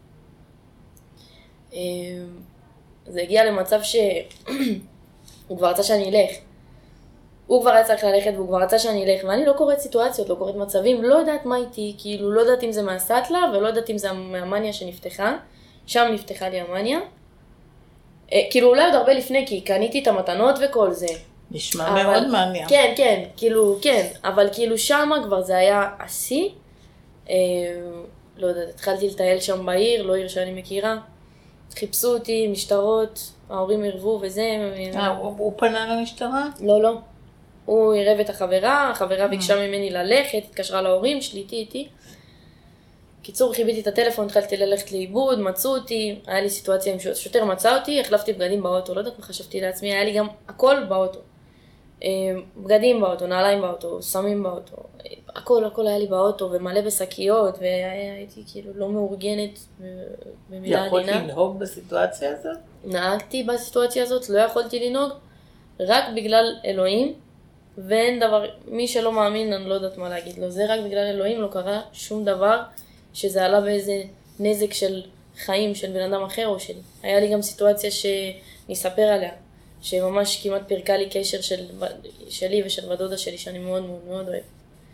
אה, זה הגיע למצב שהוא כבר רצה שאני אלך. הוא כבר היה צריך ללכת והוא כבר רצה שאני אלך, ואני לא קוראת סיטואציות, לא קוראת מצבים, לא יודעת מה איתי, כאילו לא יודעת אם זה מהסטלה, ולא יודעת אם זה מהמניה שנפתחה, שם נפתחה לי המניה. אה, כאילו אולי עוד הרבה לפני, כי קניתי את המתנות וכל זה. נשמע אבל, מאוד מניה. כן, כן, כאילו, כן, אבל כאילו שם כבר זה היה עשי. אה, לא יודעת, התחלתי לטייל שם בעיר, לא עיר שאני מכירה. חיפשו אותי, משטרות, ההורים ערבו וזה. אה, הוא, הוא פנה למשטרה? לא, לא. הוא עירב את החברה, החברה ביקשה ממני ללכת, התקשרה להורים שלי, איתי, איתי. קיצור, חיביתי את הטלפון, התחלתי ללכת לאיבוד, מצאו אותי, היה לי סיטואציה עם שוטר מצא אותי, החלפתי בגדים באוטו, לא יודעת מה חשבתי לעצמי, היה לי גם הכל באוטו. בגדים באוטו, נעליים באוטו, סמים באוטו, הכל, הכל היה לי באוטו, ומלא בשקיות, והייתי כאילו לא מאורגנת במילה עדינה. יכולתי לנהוג בסיטואציה הזאת? נהגתי בסיטואציה הזאת, לא יכולתי לנהוג, רק בגלל אלוהים, ואין דבר, מי שלא מאמין, אני לא יודעת מה להגיד לו, זה רק בגלל אלוהים, לא קרה שום דבר שזה עלה באיזה נזק של חיים של בן אדם אחר או שלי. היה לי גם סיטואציה שנספר עליה, שממש כמעט פרקה לי קשר של, שלי ושל בדודה שלי, שאני מאוד מאוד מאוד אוהב.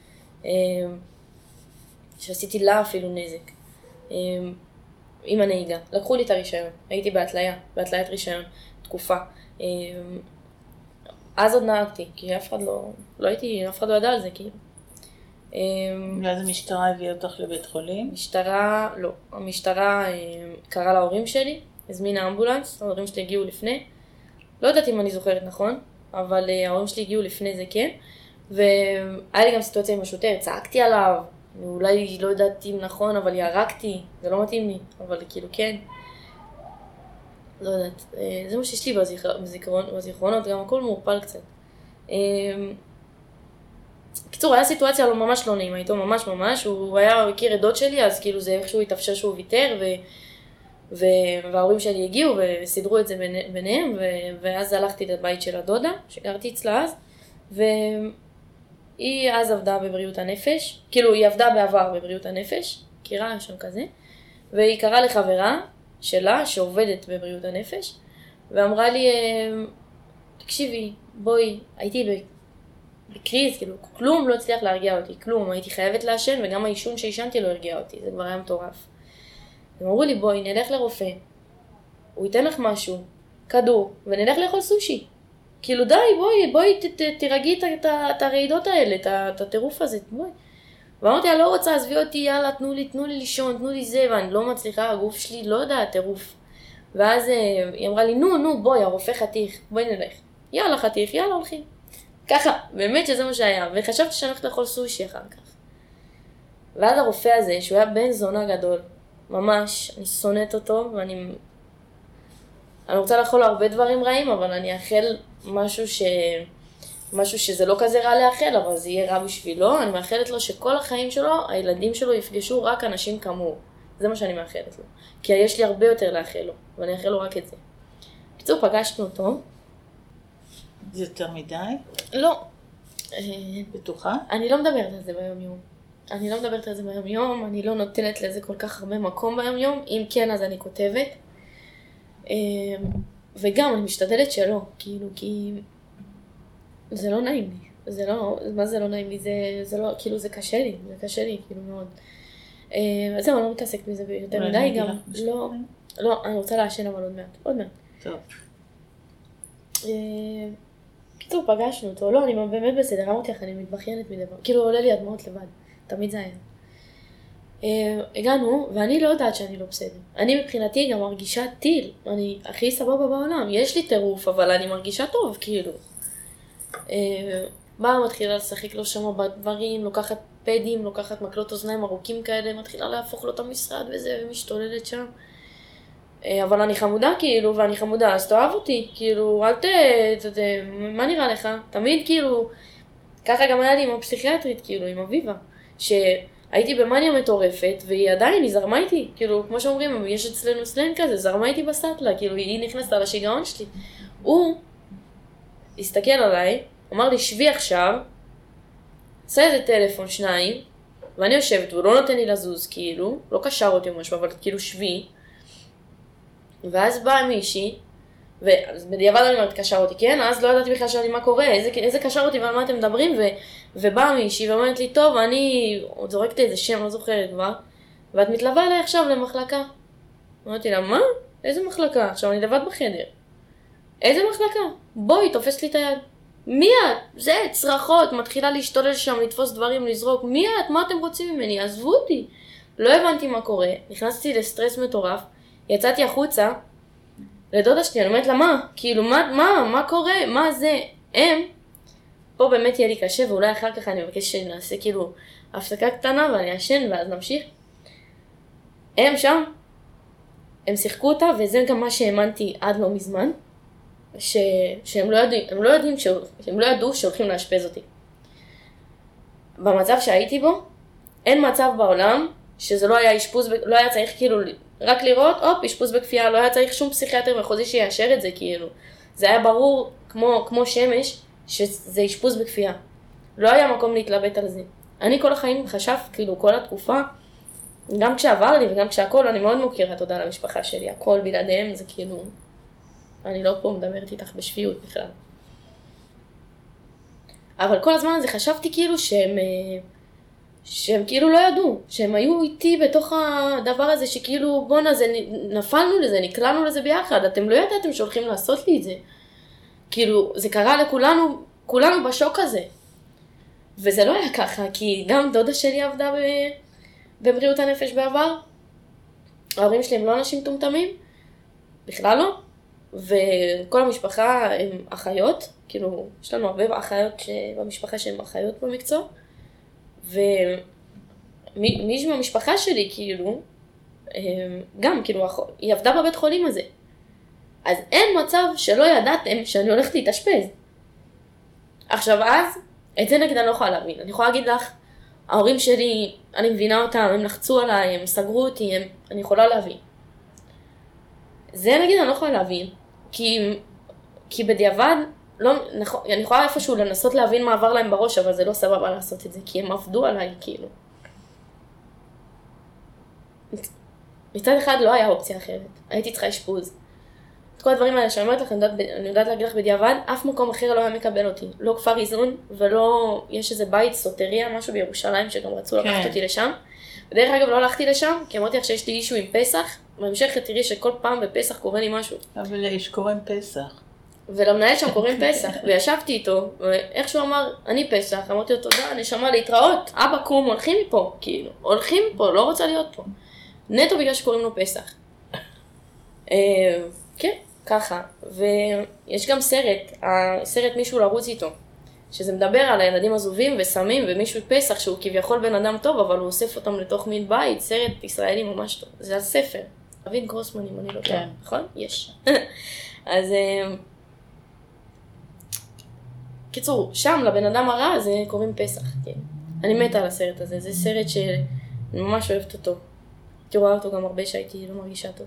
שעשיתי לה אפילו נזק. עם הנהיגה. לקחו לי את הרישיון, הייתי בהתליה, בהתליית רישיון, תקופה. אז עוד נהגתי, כי אף אחד לא, לא הייתי, אף אחד לא ידע על זה, כאילו. ואז המשטרה הביאה אותך לבית חולים? משטרה, לא. המשטרה קראה להורים שלי, הזמינה אמבולנס, ההורים שלי הגיעו לפני. לא יודעת אם אני זוכרת נכון, אבל ההורים שלי הגיעו לפני זה כן. והיה לי גם סיטואציה עם השוטר, צעקתי עליו, אולי לא יודעת אם נכון, אבל ירקתי, זה לא מתאים לי, אבל כאילו כן. לא יודעת, זה מה שיש לי בזיכרונות, גם הכל מעורפל קצת. בקיצור, היה סיטואציה לא ממש לא נעימה איתו, ממש ממש, הוא היה, הוא הכיר את דוד שלי, אז כאילו זה איכשהו התאפשר שהוא ויתר, ו... ו... וההורים שלי הגיעו וסידרו את זה ביניהם, ו... ואז הלכתי לבית של הדודה, שגרתי אצלה אז, והיא אז עבדה בבריאות הנפש, כאילו היא עבדה בעבר בבריאות הנפש, קירה שם כזה, והיא קראה לחברה שלה שעובדת בבריאות הנפש, ואמרה לי, תקשיבי, בואי, הייתי בקריז, כאילו, כלום לא הצליח להרגיע אותי, כלום, הייתי חייבת לעשן, וגם האישון שהישנתי לא הרגיע אותי, זה כבר היה מטורף. הם אמרו לי, בואי, נלך לרופא, הוא ייתן לך משהו, כדור, ונלך לאכול סושי. כאילו, די, בואי, בואי, ת, ת, תרגי את, את, את הרעידות האלה, את, את הטירוף הזה, בואי. ואמרתי, אני לא רוצה, עזבי אותי, יאללה, תנו לי, תנו לי לישון, תנו לי זה, ואני לא מצליחה, הגוף שלי לא יודע, טירוף. ואז היא אמרה לי, נו, נו, בואי, הרופא חתיך, בואי נלך. יאללה, חתיך, יאללה, הולכים. ככה, באמת שזה מה שהיה, וחשבתי שאני הולכת לאכול סושי אחר כך. ואז הרופא הזה, שהוא היה בן זונה גדול, ממש, אני שונאת אותו, ואני... אני רוצה לאכול הרבה דברים רעים, אבל אני אאכל משהו ש... משהו שזה לא כזה רע לאכל, אבל זה יהיה רע בשבילו. אני מאחלת לו שכל החיים שלו, הילדים שלו יפגשו רק אנשים כמוהו. זה מה שאני מאחלת לו. כי יש לי הרבה יותר לאחל לו, ואני אאכל לו רק את זה. בקיצור, פגשנו אותו. זה יותר מדי? לא. בטוחה? אני לא מדברת על זה ביום יום. אני לא מדברת על זה ביום יום, אני לא נותנת לזה כל כך הרבה מקום ביום יום. אם כן, אז אני כותבת. וגם, אני משתדלת שלא, כאילו, כי... זה לא נעים לי, זה לא, מה זה לא נעים לי, זה, זה לא, כאילו זה קשה לי, זה קשה לי, כאילו מאוד. אז זהו, אני לא מתעסקת בזה יותר מדי, גם לא, לא, אני רוצה לעשן אבל עוד מעט, עוד מעט. טוב. קיצור, פגשנו אותו, לא, אני באמת בסדר, אמרתי לך, אני מתבחיינת מדבר, כאילו עולה לי הדמעות לבד, תמיד זה היה. הגענו, ואני לא יודעת שאני לא בסדר. אני מבחינתי גם מרגישה טיל, אני הכי סבבה בעולם, יש לי טירוף, אבל אני מרגישה טוב, כאילו. באה, מתחילה לשחק לו שם בדברים, לוקחת פדים, לוקחת מקלות אוזניים ארוכים כאלה, מתחילה להפוך לו את המשרד וזה, ומשתוללת שם. אבל אני חמודה כאילו, ואני חמודה, אז תאהב אותי, כאילו, אל ת... ת... מה נראה לך? תמיד כאילו, ככה גם היה לי עם הפסיכיאטרית, כאילו, עם אביבה, שהייתי במניה מטורפת, והיא עדיין, היא זרמה איתי, כאילו, כמו שאומרים, יש אצלנו סלנג כזה, זרמה איתי בסטלה, כאילו, היא נכנסת על השיגעון שלי. הוא הסתכל עליי, אמר לי, שבי עכשיו, עשה איזה טלפון שניים, ואני יושבת, והוא לא נותן לי לזוז, כאילו, לא קשר אותי או משהו, אבל כאילו שבי, ואז באה מישהי, ובדיעבד אני אומרת, קשר אותי, כן? אז לא ידעתי בכלל שאני מה קורה, איזה, איזה קשר אותי ועל מה אתם מדברים, ו, ובאה מישהי ואומרת לי, טוב, אני עוד זורקת איזה שם, לא זוכרת כבר, ואת מתלווה אליי עכשיו למחלקה. אמרתי לה, מה? איזה מחלקה? עכשיו אני לבד בחדר. איזה מחלקה? בואי, תופס לי את היד. מי את? זה, צרחות, מתחילה להשתולל שם, לתפוס דברים, לזרוק. מי את? מה אתם רוצים ממני? עזבו אותי. לא הבנתי מה קורה, נכנסתי לסטרס מטורף, יצאתי החוצה, לדודה שלי, אני אומרת לה, מה? כאילו, מה, מה, מה קורה? מה זה? הם, פה באמת יהיה לי קשה, ואולי אחר כך אני מבקש שנעשה כאילו הפסקה קטנה, ואני אשן, ואז נמשיך. הם שם, הם שיחקו אותה, וזה גם מה שהאמנתי עד לא מזמן, ש... שהם לא יודעים, הם לא יודעים, ש... הם לא ידעו שהולכים להשפז אותי. במצב שהייתי בו, אין מצב בעולם, שזה לא היה אשפוז, לא היה צריך כאילו רק לראות, אופ, אשפוז בכפייה, לא היה צריך שום פסיכיאטר מחוזי שיאשר את זה, כאילו. זה היה ברור, כמו, כמו שמש, שזה אשפוז בכפייה. לא היה מקום להתלבט על זה. אני כל החיים חשב, כאילו, כל התקופה, גם כשעבר לי וגם כשהכל, אני מאוד מוכירה תודה למשפחה שלי. הכל בלעדיהם זה כאילו, אני לא פה מדברת איתך בשפיות בכלל. אבל כל הזמן הזה חשבתי כאילו שהם... שהם כאילו לא ידעו, שהם היו איתי בתוך הדבר הזה שכאילו בונה, זה, נפלנו לזה, נקלענו לזה ביחד, אתם לא ידעתם שהולכים לעשות לי את זה. כאילו, זה קרה לכולנו, כולנו בשוק הזה. וזה לא היה ככה, כי גם דודה שלי עבדה בבריאות הנפש בעבר, ההורים שלי הם לא אנשים טומטמים, בכלל לא, וכל המשפחה הם אחיות, כאילו, יש לנו הרבה אחיות במשפחה שהן אחיות במקצוע, ומישהו מהמשפחה שלי, כאילו, גם, כאילו, היא עבדה בבית חולים הזה. אז אין מצב שלא ידעתם שאני הולכת להתאשפז. עכשיו, אז, את זה נגיד אני לא יכולה להבין. אני יכולה להגיד לך, ההורים שלי, אני מבינה אותם, הם לחצו עליי, הם סגרו אותי, הם, אני יכולה להבין. זה נגיד אני לא יכולה להבין, כי, כי בדיעבד, לא, אני יכולה איפשהו לנסות להבין מה עבר להם בראש, אבל זה לא סבבה לעשות את זה, כי הם עבדו עליי, כאילו. מצד אחד לא היה אופציה אחרת, הייתי צריכה אשפוז. את כל הדברים האלה שאני אומרת לך, אני יודעת, אני יודעת להגיד לך בדיעבד, אף מקום אחר לא היה מקבל אותי. לא כפר איזון, ולא, יש איזה בית סוטריה, משהו בירושלים, שגם רצו לקחת כן. אותי לשם. בדרך אגב לא הלכתי לשם, כי אמרתי לך שיש לי אישו עם פסח, בהמשך תראי שכל פעם בפסח קורה לי משהו. אבל יש קוראים פסח. ולמנהל שם קוראים פסח, וישבתי איתו, ואיך שהוא אמר, אני פסח, אמרתי לו, תודה, נשמה להתראות, אבא קום, הולכים מפה, כאילו, הולכים מפה, לא רוצה להיות פה. נטו בגלל שקוראים לו פסח. כן, ככה, ויש גם סרט, הסרט מישהו לרוץ איתו, שזה מדבר על הילדים עזובים וסמים, ומישהו פסח שהוא כביכול בן אדם טוב, אבל הוא אוסף אותם לתוך מין בית, סרט ישראלי ממש טוב, זה הספר. אביב גרוסמן, אם אני לא טועה, נכון? יש. אז... קיצור, שם לבן אדם הרע הזה קוראים פסח, כן. אני מתה על הסרט הזה, זה סרט שאני ממש אוהבת אותו. הייתי רואה אותו גם הרבה שהייתי לא מרגישה טוב.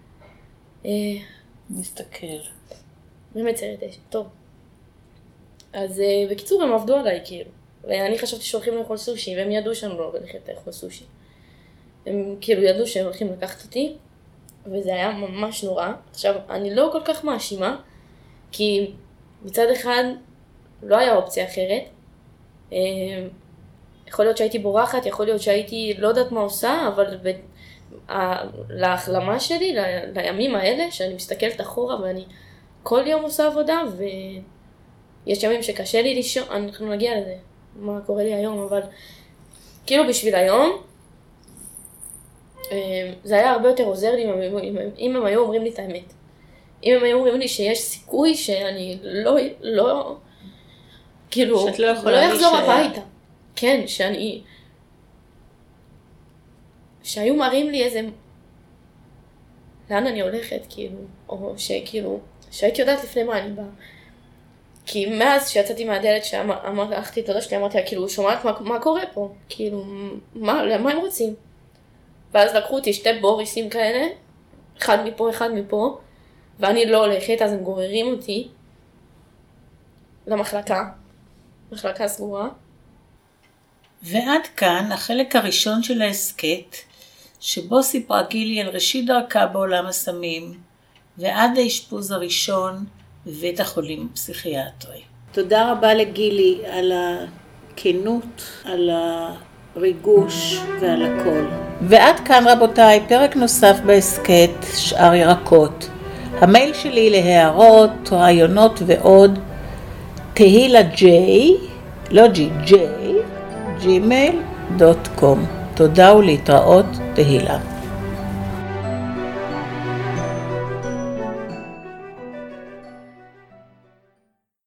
נסתכל. באמת סרט טוב. אז בקיצור הם עבדו עליי כאילו. ואני חשבתי שהולכים לאכול סושי, והם ידעו שאני לא הולכת לאכול סושי. הם כאילו ידעו שהם הולכים לקחת אותי, וזה היה ממש נורא. עכשיו, אני לא כל כך מאשימה, כי מצד אחד... לא היה אופציה אחרת. יכול להיות שהייתי בורחת, יכול להיות שהייתי לא יודעת מה עושה, אבל ב... להחלמה שלי, ל... לימים האלה, שאני מסתכלת אחורה ואני כל יום עושה עבודה, ויש ימים שקשה לי לישון, אנחנו נגיע לזה, מה קורה לי היום, אבל כאילו בשביל היום, זה היה הרבה יותר עוזר לי אם הם היו אומרים לי את האמת. אם הם היו אומרים לי שיש סיכוי שאני לא, לא, כאילו, שאת לא יכולה לא יחזור להישאר. הביתה. כן, שאני, שהיו מראים לי איזה, לאן אני הולכת, כאילו, או שכאילו, שהייתי יודעת לפני מה אני באה. כי מאז שיצאתי מהדלת שאמרתי את הדודה שלי, אמרתי לה, כאילו, שומעת מה, מה קורה פה? כאילו, מה, מה הם רוצים? ואז לקחו אותי שתי בוריסים כאלה, אחד מפה, אחד מפה, ואני לא הולכת, אז הם גוררים אותי למחלקה, מחלקה סגורה. ועד כאן החלק הראשון של ההסקט, שבו סיפרה גילי על ראשית דרכה בעולם הסמים, ועד האשפוז הראשון בבית החולים הפסיכיאטרי. תודה רבה לגילי על הכנות, על הריגוש ועל הכל. ועד כאן רבותיי, פרק נוסף בהסקט, שאר ירקות. המייל שלי להערות, רעיונות ועוד, תהילה ג'יי, לא ג'י, ג'יי, ג'ימייל דוט קום. תודה ולהתראות, תהילה.